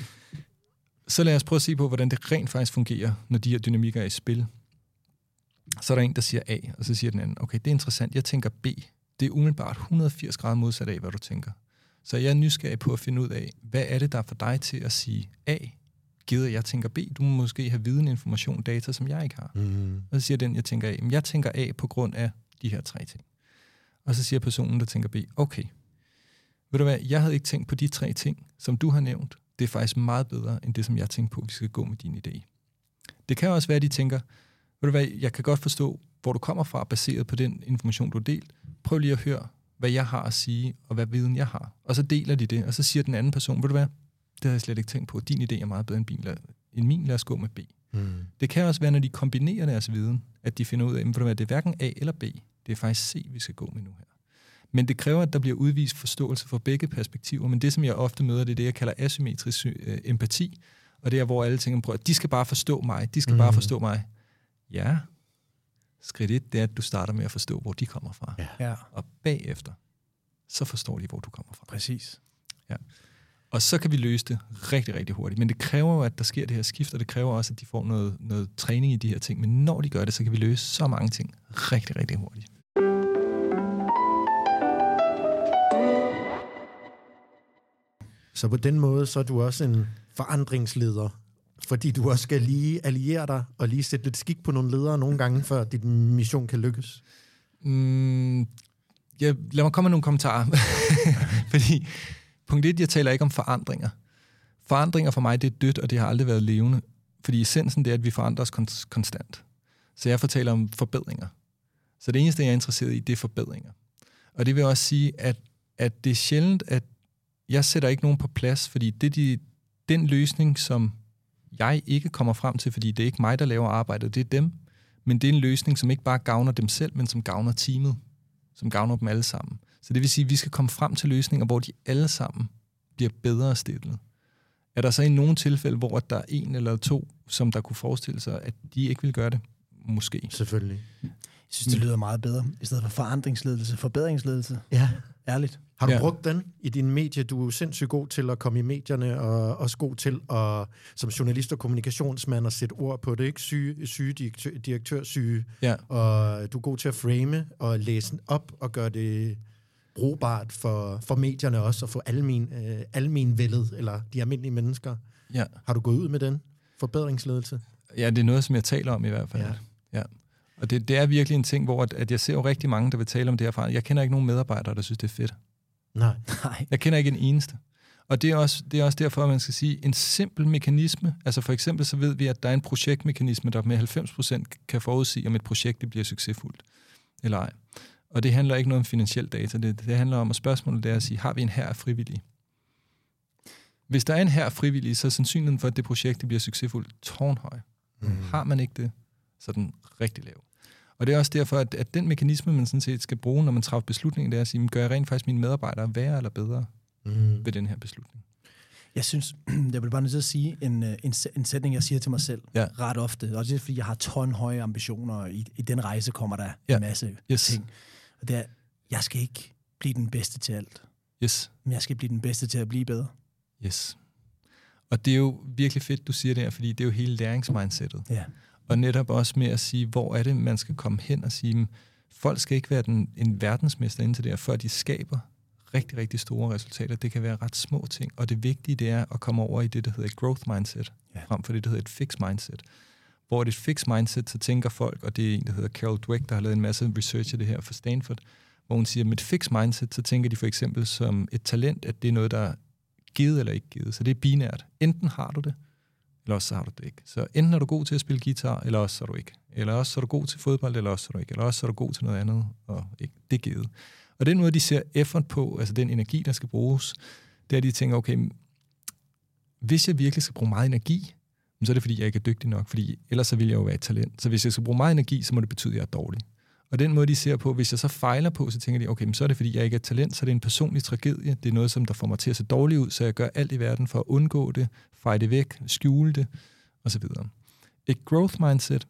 Så lad os prøve at se på, hvordan det rent faktisk fungerer, når de her dynamikker er i spil. Så er der en, der siger A, og så siger den anden, okay, det er interessant, jeg tænker B. Det er umiddelbart et hundrede og firs grader modsat af, hvad du tænker. Så jeg er nysgerrig på at finde ud af, hvad er det, der er for dig til at sige A, givet at jeg tænker B. Du må måske have viden, information, data, som jeg ikke har. Mm. Og så siger den, jeg tænker A. Men jeg tænker A på grund af de her tre ting. Og så siger personen, der tænker B, okay, ved du hvad, jeg havde ikke tænkt på de tre ting, som du har nævnt. Det er faktisk meget bedre, end det, som jeg tænkte på, vi skal gå med din idé. Det kan også være, at de tænker, ved du hvad, jeg kan godt forstå, hvor du kommer fra, baseret på den information, du har delt. Prøv lige at høre, hvad jeg har at sige, og hvad viden jeg har. Og så deler de det, og så siger den anden person, ved du hvad, det havde jeg slet ikke tænkt på. Din idé er meget bedre end min, lad os gå med B. Mm. Det kan også være, når de kombinerer deres viden, at de finder ud af, ved du hvad, det er hverken A eller B. Det er faktisk C, vi skal gå med nu her. Men det kræver, at der bliver udvist forståelse for begge perspektiver. Men det, som jeg ofte møder, det er det, jeg kalder asymmetrisk øh, empati. Og det er, hvor alle tænker, prøv, de skal bare forstå mig. De skal mm. bare forstå mig. Ja, skridt et, det er, at du starter med at forstå, hvor de kommer fra. Ja. Og bagefter, så forstår de, hvor du kommer fra. Præcis. Ja. Og så kan vi løse det rigtig, rigtig hurtigt. Men det kræver jo, at der sker det her skift, og det kræver også, at de får noget, noget træning i de her ting. Men når de gør det, så kan vi løse så mange ting rigtig, rigtig hurtigt. Så på den måde, så er du også en forandringsleder, fordi du også skal lige alliere dig og lige sætte lidt skik på nogle ledere nogle gange, før dit mission kan lykkes. Mm, ja, lad mig komme med nogle kommentarer. Fordi punkt et, jeg taler ikke om forandringer. Forandringer for mig, det er dødt, og det har aldrig været levende. Fordi essensen, det er, at vi forandrer os kon- konstant. Så jeg fortæller om forbedringer. Så det eneste, jeg er interesseret i, det er forbedringer. Og det vil også sige, at, at det er sjældent, at jeg sætter ikke nogen på plads, fordi det er de, den løsning, som jeg ikke kommer frem til, fordi det er ikke mig, der laver arbejdet, det er dem. Men det er en løsning, som ikke bare gavner dem selv, men som gavner teamet, som gavner dem alle sammen. Så det vil sige, at vi skal komme frem til løsninger, hvor de alle sammen bliver bedre stillet. Er der så i nogle tilfælde, hvor der er en eller to, som der kunne forestille sig, at de ikke vil gøre det? Måske. Selvfølgelig. Jeg synes, det lyder meget bedre. I stedet for forandringsledelse, forbedringsledelse. Ja. Ærligt. Har du ja. brugt den i dine medier? Du er jo sindssygt god til at komme i medierne, og også god til at, som journalist og kommunikationsmand, at sætte ord på det, ikke? Syge, syge direktør, direktørsyge. Ja. Og du er god til at frame og læse op og gøre det brugbart for, for medierne også, og for almen, øh, almenvældet, eller de almindelige mennesker. Ja. Har du gået ud med den forbedringsledelse? Ja, det er noget, som jeg taler om i hvert fald. Ja. Ja. Og det, det er virkelig en ting, hvor at, at jeg ser jo rigtig mange, der vil tale om det herfra. Jeg kender ikke nogen medarbejdere, der synes, det er fedt. Nej. Nej. Jeg kender ikke en eneste. Og det er, også, det er også derfor, at man skal sige, en simpel mekanisme, altså for eksempel så ved vi, at der er en projektmekanisme, der med halvfems procent kan forudsige, om et projekt det bliver succesfuldt eller ej. Og det handler ikke noget om finansiel data. Det, det handler om, at spørgsmålet er at sige, har vi en hær af frivillige? Hvis der er en hær af frivillige, så er sandsynligheden for, at det projekt det bliver succesfuldt tårnhøj. Mm. Har man ikke det, så er den rigtig lav. Og det er også derfor, at, at den mekanisme, man sådan set skal bruge, når man træffer beslutningen, det er at sige, gør jeg rent faktisk mine medarbejdere værre eller bedre mm. ved den her beslutning? Jeg synes, jeg vil bare nødt til at sige en, en, en sætning, jeg siger til mig selv ja. ret ofte, og det er, fordi jeg har ton høje ambitioner, og i, i den rejse kommer der ja. en masse yes. ting. Og det er, jeg skal ikke blive den bedste til alt, yes. men jeg skal blive den bedste til at blive bedre. Yes. Og det er jo virkelig fedt, du siger det her, fordi det er jo hele læringsmindsetet. Ja. Og netop også med at sige, hvor er det, man skal komme hen og sige, folk skal ikke være den, en verdensmester inden til det her, før de skaber rigtig, rigtig store resultater. Det kan være ret små ting, og det vigtige, det er at komme over i det, der hedder et growth mindset, ja. frem for det, der hedder et fixed mindset. Hvor det er et fixed mindset, så tænker folk, og det er en, der hedder Carol Dweck, der har lavet en masse research af det her for Stanford, hvor hun siger, at med et fixed mindset, så tænker de for eksempel som et talent, at det er noget, der er givet eller ikke givet. Så det er binært. Enten har du det, eller også så har du det ikke. Så enten er du god til at spille guitar, eller også så er du ikke. Eller også så er du god til fodbold, eller også så er du ikke. Eller også så er du god til noget andet, og ikke. Det er givet. Og den måde, de ser effort på, altså den energi, der skal bruges, det er, at de tænker, okay, hvis jeg virkelig skal bruge meget energi, så er det, fordi jeg ikke er dygtig nok, fordi ellers så vil jeg jo være et talent. Så hvis jeg skal bruge meget energi, så må det betyde, at jeg er dårlig. Og den måde, de ser på, hvis jeg så fejler på, så tænker de, okay, men så er det, fordi jeg ikke er et talent, så er det en personlig tragedie. Det er noget, som der får mig til at se dårligt ud, så jeg gør alt i verden for at undgå det, feje det væk, skjule det, osv. Et growth mindset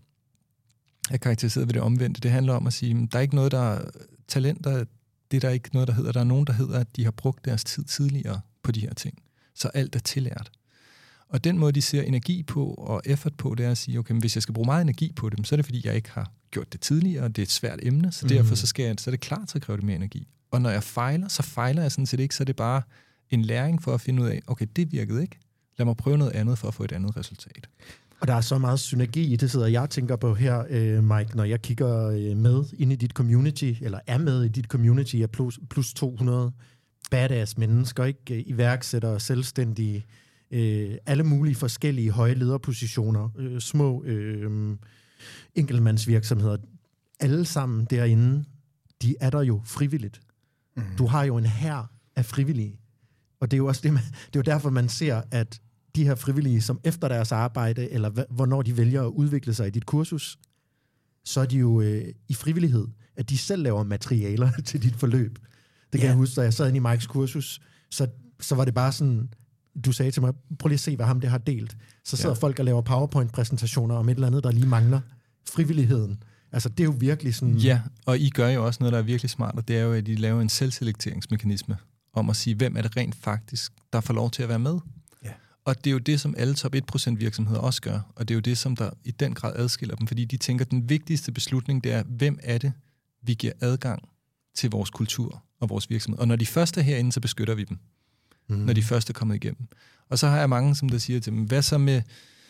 er karakteriseret ved det omvendte. Det handler om at sige, at der er ikke noget, der er talenter, det er der ikke noget, der hedder. Der er nogen, der hedder, at de har brugt deres tid tidligere på de her ting. Så alt er tillært. Og den måde, de ser energi på og effort på, det er at sige, okay, men hvis jeg skal bruge meget energi på dem, så er det, fordi jeg ikke har gjort det tidligere, og det er et svært emne, så derfor så, skal jeg, så er det klart til at kræve det mere energi. Og når jeg fejler, så fejler jeg sådan set ikke, så er det bare en læring for at finde ud af, okay, det virkede ikke. Lad mig prøve noget andet for at få et andet resultat. Og der er så meget synergi i det, sidder jeg tænker på her, øh, Mike, når jeg kigger øh, med ind i dit community, eller er med i dit community af plus, plus to hundrede badass mennesker, ikke? Øh, iværksættere, selvstændige, øh, alle mulige forskellige høje lederpositioner, øh, små øh, enkeltmandsvirksomheder, alle sammen derinde, de er der jo frivilligt. Mm. Du har jo en hær af frivillige, og det er jo også det, man, det er jo derfor, man ser, at de her frivillige, som efter deres arbejde, eller h- hvornår de vælger at udvikle sig i dit kursus, så er de jo øh, i frivillighed, at de selv laver materialer til dit forløb. Det kan yeah. jeg huske, da jeg sad inde i Mikes kursus, så, så var det bare sådan, du sagde til mig, prøv lige at se, hvad ham det har delt. Så sidder yeah. folk og laver PowerPoint-præsentationer om et eller andet, der lige mangler. Frivilligheden. Altså, det er jo virkelig sådan... Ja, og I gør jo også noget, der er virkelig smart, og det er jo, at I laver en selvselekteringsmekanisme om at sige, hvem er det rent faktisk, der får lov til at være med. Ja. Og det er jo det, som alle top et procent virksomheder også gør, og det er jo det, som der i den grad adskiller dem, fordi de tænker, at den vigtigste beslutning, det er, hvem er det, vi giver adgang til vores kultur og vores virksomhed. Og når de første er herinde, så beskytter vi dem, mm. når de første er kommet igennem. Og så har jeg mange, som der siger til dem, hvad så med,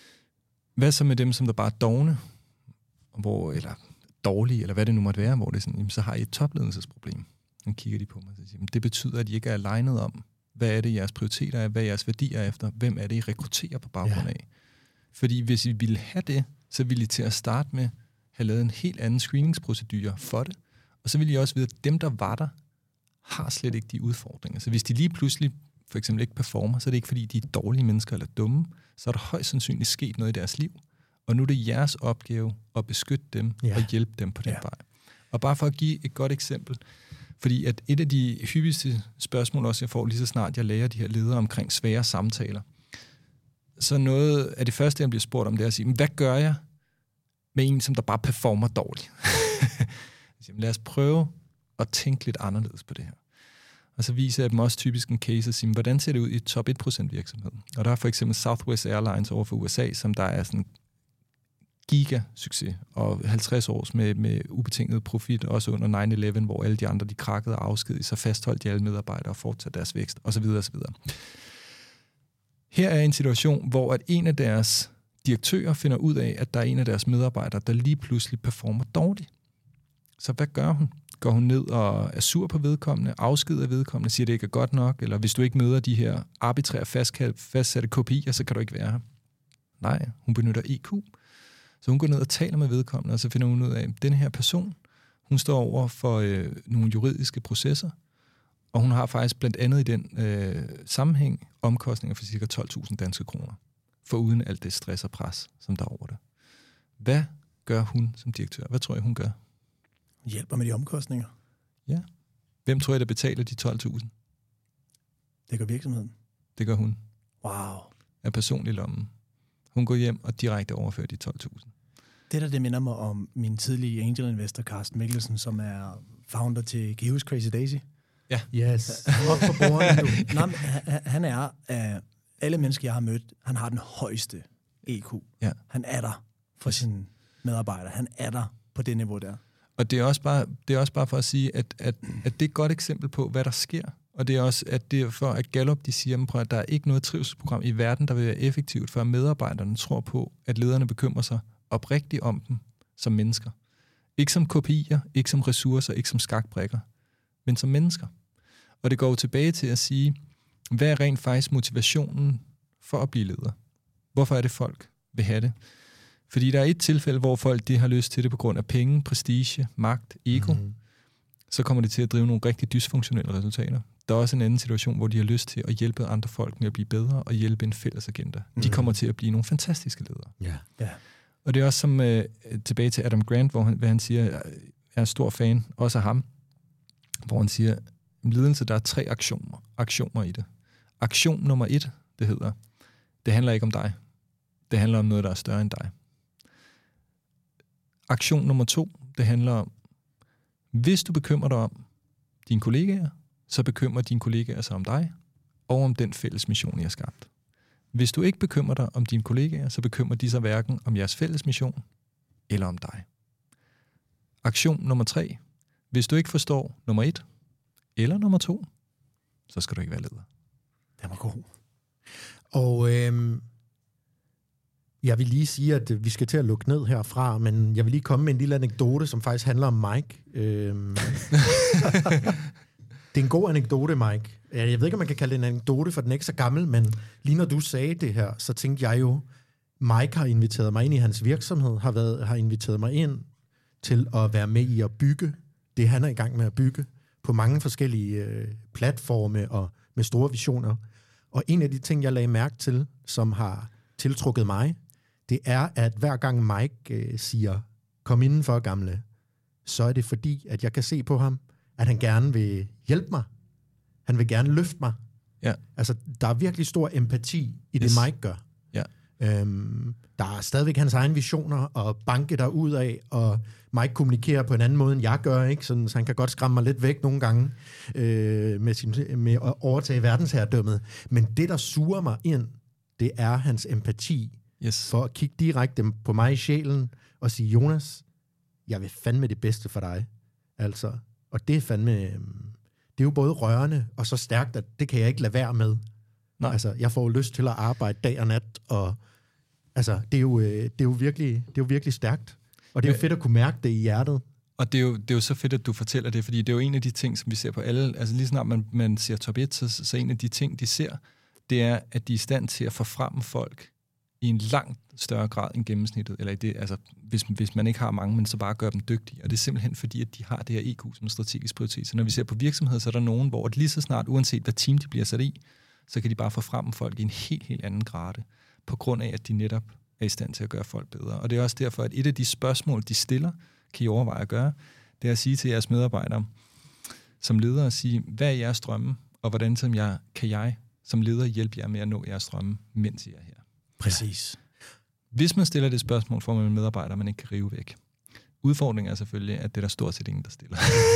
hvad så med dem, som der bare er dovne, hvor, eller dårlige, eller hvad det nu måtte være, hvor det er sådan, jamen, så har I et topledelsesproblem. Så kigger de på mig og siger, det betyder, at I ikke er alignet om, hvad er det, jeres prioriteter er, hvad er jeres værdier er efter, hvem er det, I rekrutterer på baggrund af. Ja. Fordi hvis I ville have det, så ville I til at starte med have lavet en helt anden screeningsprocedure for det, og så ville I også vide, at dem, der var der, har slet ikke de udfordringer. Så hvis de lige pludselig for eksempel ikke performer, så er det ikke, fordi de er dårlige mennesker eller dumme, så er der højst sandsynligt sket noget i deres liv. Og nu er det jeres opgave at beskytte dem ja. og hjælpe dem på den ja. vej. Og bare for at give et godt eksempel, fordi at et af de hyppigste spørgsmål også, jeg får lige så snart jeg lærer de her ledere omkring svære samtaler, så noget af det første, jeg bliver spurgt om, det er at sige, hvad gør jeg med en, som der bare performer dårligt? Lad os prøve at tænke lidt anderledes på det her. Og så viser jeg dem også typisk en case og siger, hvordan ser det ud i top et procent virksomhed? Og der er for eksempel Southwest Airlines over for U S A, som der er sådan giga-succes, og halvtreds års med, med ubetinget profit, også under nine eleven, hvor alle de andre, de krakkede og afskedigede, så fastholdt de alle medarbejdere og fortsatte deres vækst, osv. osv. Her er en situation, hvor at en af deres direktører finder ud af, at der er en af deres medarbejdere, der lige pludselig performer dårligt. Så hvad gør hun? Går hun ned og er sur på vedkommende, afskeder vedkommende, siger, det ikke er godt nok, eller hvis du ikke møder de her arbitrære fastsatte K P I'er, så kan du ikke være her. Nej, hun benytter E Q. Så hun går ned og taler med vedkommende, og så finder hun ud af, at denne her person, hun står over for øh, nogle juridiske processer, og hun har faktisk blandt andet i den øh, sammenhæng omkostninger for ca. tolv tusind danske kroner, for uden alt det stress og pres, som der er over det. Hvad gør hun som direktør? Hvad tror jeg, hun gør? Hjælper med de omkostninger. Ja. Hvem tror jeg, der betaler de tolv tusind? Det gør virksomheden. Det gør hun. Wow. Af personlig lommen. Hun går hjem og direkte overfører de tolv tusind. Det der, det minder mig om min tidlige angel investor, Carsten Mikkelsen, som er founder til Geos Crazy Daisy. Ja. Yes. Op på bordet. Nej, men han er af alle mennesker, jeg har mødt, han har den højeste E Q. Ja. Han er der for sine medarbejdere. Han er der på det niveau der. Og det er også bare, det er også bare for at sige, at, at, at det er et godt eksempel på, hvad der sker. Og det er også, at det er for, at Gallup, de siger, at der er ikke noget trivselsprogram i verden, der vil være effektivt, før medarbejderne tror på, at lederne bekymrer sig oprigtigt om dem som mennesker. Ikke som kopier, ikke som ressourcer, ikke som skakbrikker, men som mennesker. Og det går jo tilbage til at sige, hvad er rent faktisk motivationen for at blive leder? Hvorfor er det, folk vil have det? Fordi der er et tilfælde, hvor folk de har lyst til det på grund af penge, prestige, magt, ego. Mm. Så kommer det til at drive nogle rigtig dysfunktionelle resultater. Der er også en anden situation, hvor de har lyst til at hjælpe andre folk med at blive bedre og hjælpe en fælles agenda. Mm. De kommer til at blive nogle fantastiske ledere. Ja. Ja. Og det er også som øh, tilbage til Adam Grant, hvor han, hvad han siger, jeg er en stor fan, også af ham, hvor han siger, ledelse, der er tre aktioner, aktioner i det. Aktion nummer et, det hedder, det handler ikke om dig. Det handler om noget, der er større end dig. Aktion nummer to, det handler om, hvis du bekymrer dig om dine kollegaer, så bekymrer dine kollegaer sig om dig, og om den fælles mission, I har skabt. Hvis du ikke bekymrer dig om dine kollegaer, så bekymrer de sig hverken om jeres fælles mission, eller om dig. Aktion nummer tre, hvis du ikke forstår nummer et, eller nummer to, så skal du ikke være leder. Det var god. Og øhm, jeg vil lige sige, at vi skal til at lukke ned herfra, men jeg vil lige komme med en lille anekdote, som faktisk handler om Mike. Øhm, det er en god anekdote, Mike. Jeg ved ikke, om man kan kalde det en anekdote, for den er ikke så gammel, men lige når du sagde det her, så tænkte jeg jo, Mike har inviteret mig ind i hans virksomhed, har, været, har inviteret mig ind til at være med i at bygge det, han er i gang med at bygge, på mange forskellige øh, platforme og med store visioner. Og en af de ting, jeg lagde mærke til, som har tiltrukket mig, det er, at hver gang Mike øh, siger, kom indenfor, gamle, så er det fordi, at jeg kan se på ham, at han gerne vil hjælpe mig. Han vil gerne løfte mig. Ja. Altså, der er virkelig stor empati i det, yes. Mike gør. Ja. Øhm, der er stadigvæk hans egne visioner og banke der ud af, og Mike kommunikerer på en anden måde, end jeg gør, ikke? Sådan, så han kan godt skræmme mig lidt væk nogle gange øh, med, sin, med at overtage verdensherredømmet. Men det, der suger mig ind, det er hans empati yes. for at kigge direkte på mig i sjælen og sige, Jonas, jeg vil fandme det bedste for dig. Altså, og det er fandme, det er jo både rørende og så stærkt, at det kan jeg ikke lade være med. Nej. Altså, jeg får jo lyst til at arbejde dag og nat, og altså, det er jo, det er jo, virkelig, det er jo virkelig stærkt. Og det er jo fedt at kunne mærke det i hjertet. Og det er, jo, det er jo så fedt, at du fortæller det, fordi det er jo en af de ting, som vi ser på alle, altså lige snart man, man ser top et, så, så en af de ting, de ser, det er, at de er i stand til at forfremme folk i en langt større grad end gennemsnittet, eller i det, altså, hvis, hvis man ikke har mange, men så bare gør dem dygtige. Og det er simpelthen fordi, at de har det her E Q som en strategisk prioritet. Så når vi ser på virksomheder, så er der nogen, hvor lige så snart, uanset hvad team de bliver sat i, så kan de bare forfremme folk i en helt, helt anden grade, på grund af, at de netop er i stand til at gøre folk bedre. Og det er også derfor, at et af de spørgsmål, de stiller, kan I overveje at gøre, det er at sige til jeres medarbejdere, som leder, at sige, hvad er jeres drømme, og hvordan som jeg, kan jeg som leder hjælpe jer med at nå jeres drømme, mens I er her. Præcis. Hvis man stiller det spørgsmål, får man en medarbejder, man ikke kan rive væk. Udfordringen er selvfølgelig, at det er der stort set ingen, der stiller.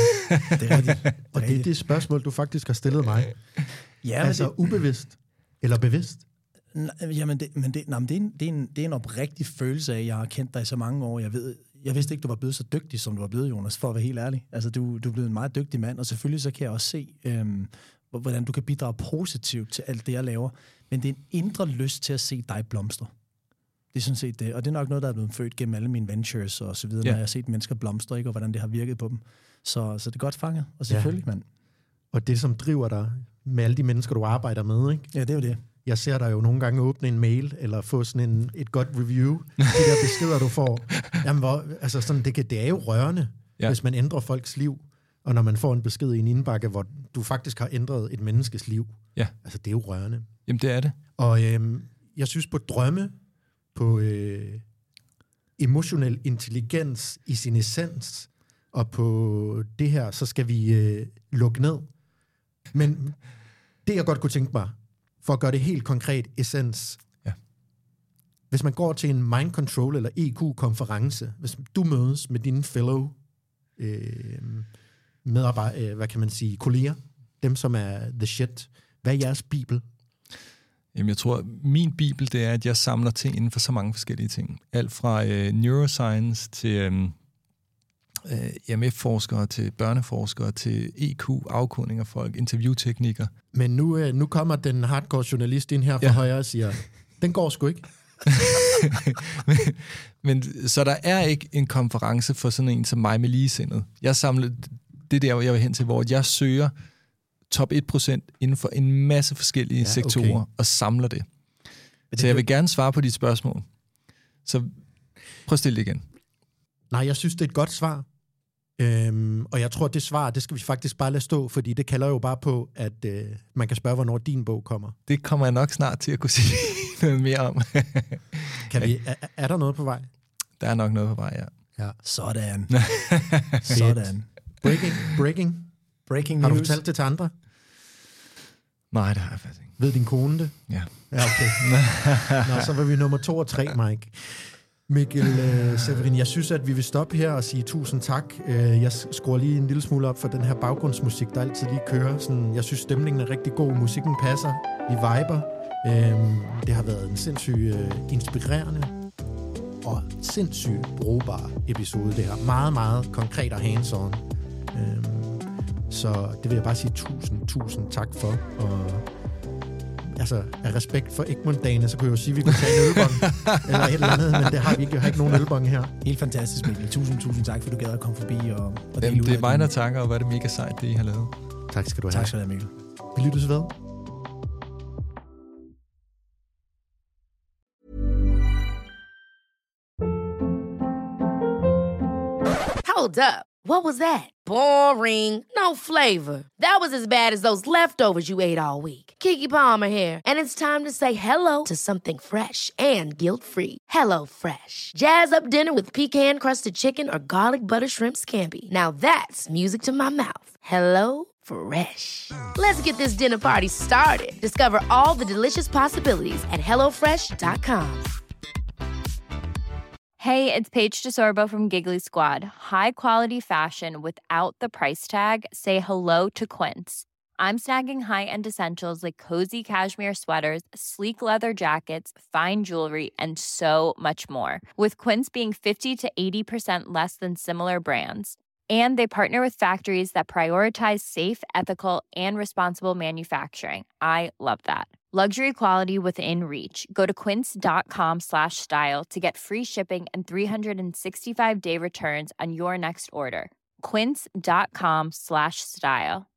Det er rigtigt. Og det er det spørgsmål, du faktisk har stillet mig. Ja, altså det... ubevidst eller bevidst? Jamen, det, men det, nej, men det, er en, det, er en, det er en oprigtig følelse af, at jeg har kendt dig i så mange år. Jeg, ved, jeg vidste ikke, du var blevet så dygtig, som du var blevet, Jonas, for at være helt ærlig. Altså, du, du er blevet en meget dygtig mand, og selvfølgelig så kan jeg også se, øhm, hvordan du kan bidrage positivt til alt det, jeg laver. Men det er en indre lyst til at se dig blomstre. Det er sådan set det. Og det er nok noget, der er blevet født gennem alle mine ventures og så videre, ja. Når jeg har set mennesker blomstre, ikke, og hvordan det har virket på dem. Så, så det er godt fanget, og selvfølgelig, ja. Mand. Og det, som driver dig med alle de mennesker, du arbejder med, ikke? Ja, det er jo det. Jeg ser dig jo nogle gange åbne en mail, eller få sådan en, et godt review, de der beskeder, du får. Jamen, hvor, altså sådan, det, kan, det er jo rørende, ja. Hvis man ændrer folks liv, og når man får en besked i en indbakke, hvor du faktisk har ændret et menneskes liv. Ja. Altså, det er jo rørende. Jamen, det er det. Og øhm, jeg synes på drømme, på øh, emotionel intelligens i sin essens, og på det her, så skal vi øh, lukke ned. Men det, jeg godt kunne tænke mig, for at gøre det helt konkret, essens. Ja. Hvis man går til en mind control eller E Q-konference, hvis du mødes med dine fellow øh, medarbejdere, øh, hvad kan man sige, kolleger, dem som er the shit, hvad er jeres bibel? Jamen, jeg tror, min bibel, det er, at jeg samler ting inden for så mange forskellige ting. Alt fra øh, neuroscience til øh, E M F-forskere, til børneforskere, til E Q, afkodning af folk, interviewteknikker. Men nu, øh, nu kommer den hardcore journalist ind her fra ja. højre og siger, den går sgu ikke. men, men så der er ikke en konference for sådan en som mig med ligesindet. Jeg samler det der, jeg vil hen til, hvor jeg søger top et procent inden for en masse forskellige ja, sektorer okay. og samler det. det så jeg vil gerne svare på dit spørgsmål. Så prøv at stille det igen. Nej, jeg synes, det er et godt svar. Øhm, og jeg tror, det svar, det skal vi faktisk bare lade stå, fordi det kalder jo bare på, at øh, man kan spørge, hvornår din bog kommer. Det kommer jeg nok snart til at kunne sige noget mere om. kan vi, er, er der noget på vej? Der er nok noget på vej, ja. ja. Sådan. Sådan. Breaking, breaking. Breaking har news. du fortalt det til andre? Nej, det har jeg faktisk ikke. Ved din kone det? Ja. Ja, okay. Nå, så var vi nummer to og tre, Mike. Mikkel uh, Severin, jeg synes, at vi vil stoppe her og sige tusind tak. Uh, jeg skruer lige en lille smule op for den her baggrundsmusik, der altid lige kører. Sådan, jeg synes, stemningen er rigtig god. Musikken passer. Vi viber. Uh, det har været en sindssygt uh, inspirerende og sindssygt brugbar episode. Det her meget, meget konkret og hands-on. Uh, så det vil jeg bare sige tusind, tusind tak for. Og altså, af respekt for Egmont-dagene, så kunne jeg jo sige, at vi kunne tage en ølbong eller et eller andet, men det har vi ikke. Jeg har ikke nogen ølbong her. Helt fantastisk, Mikkel. Tusind, tusind tak, for du gad at komme forbi og, og dele ud. Det er mig, der takker, og hvad er det mega sejt, det I har lavet. Tak skal du have. Tak skal du have, Mikkel. Vi lyttes ved. Hold up. What was that? Boring. No flavor. That was as bad as those leftovers you ate all week. Keke Palmer here, and it's time to say hello to something fresh and guilt-free. Hello Fresh. Jazz up dinner with pecan-crusted chicken or garlic butter shrimp scampi. Now that's music to my mouth. Hello Fresh. Let's get this dinner party started. Discover all the delicious possibilities at hello fresh dot com. Hey, it's Paige DeSorbo from Giggly Squad. High quality fashion without the price tag. Say hello to Quince. I'm snagging high-end essentials like cozy cashmere sweaters, sleek leather jackets, fine jewelry, and so much more. With Quince being fifty to eighty percent less than similar brands. And they partner with factories that prioritize safe, ethical, and responsible manufacturing. I love that. Luxury quality within reach. Go to quince.com slash style to get free shipping and three sixty-five day returns on your next order. Quince.com slash style.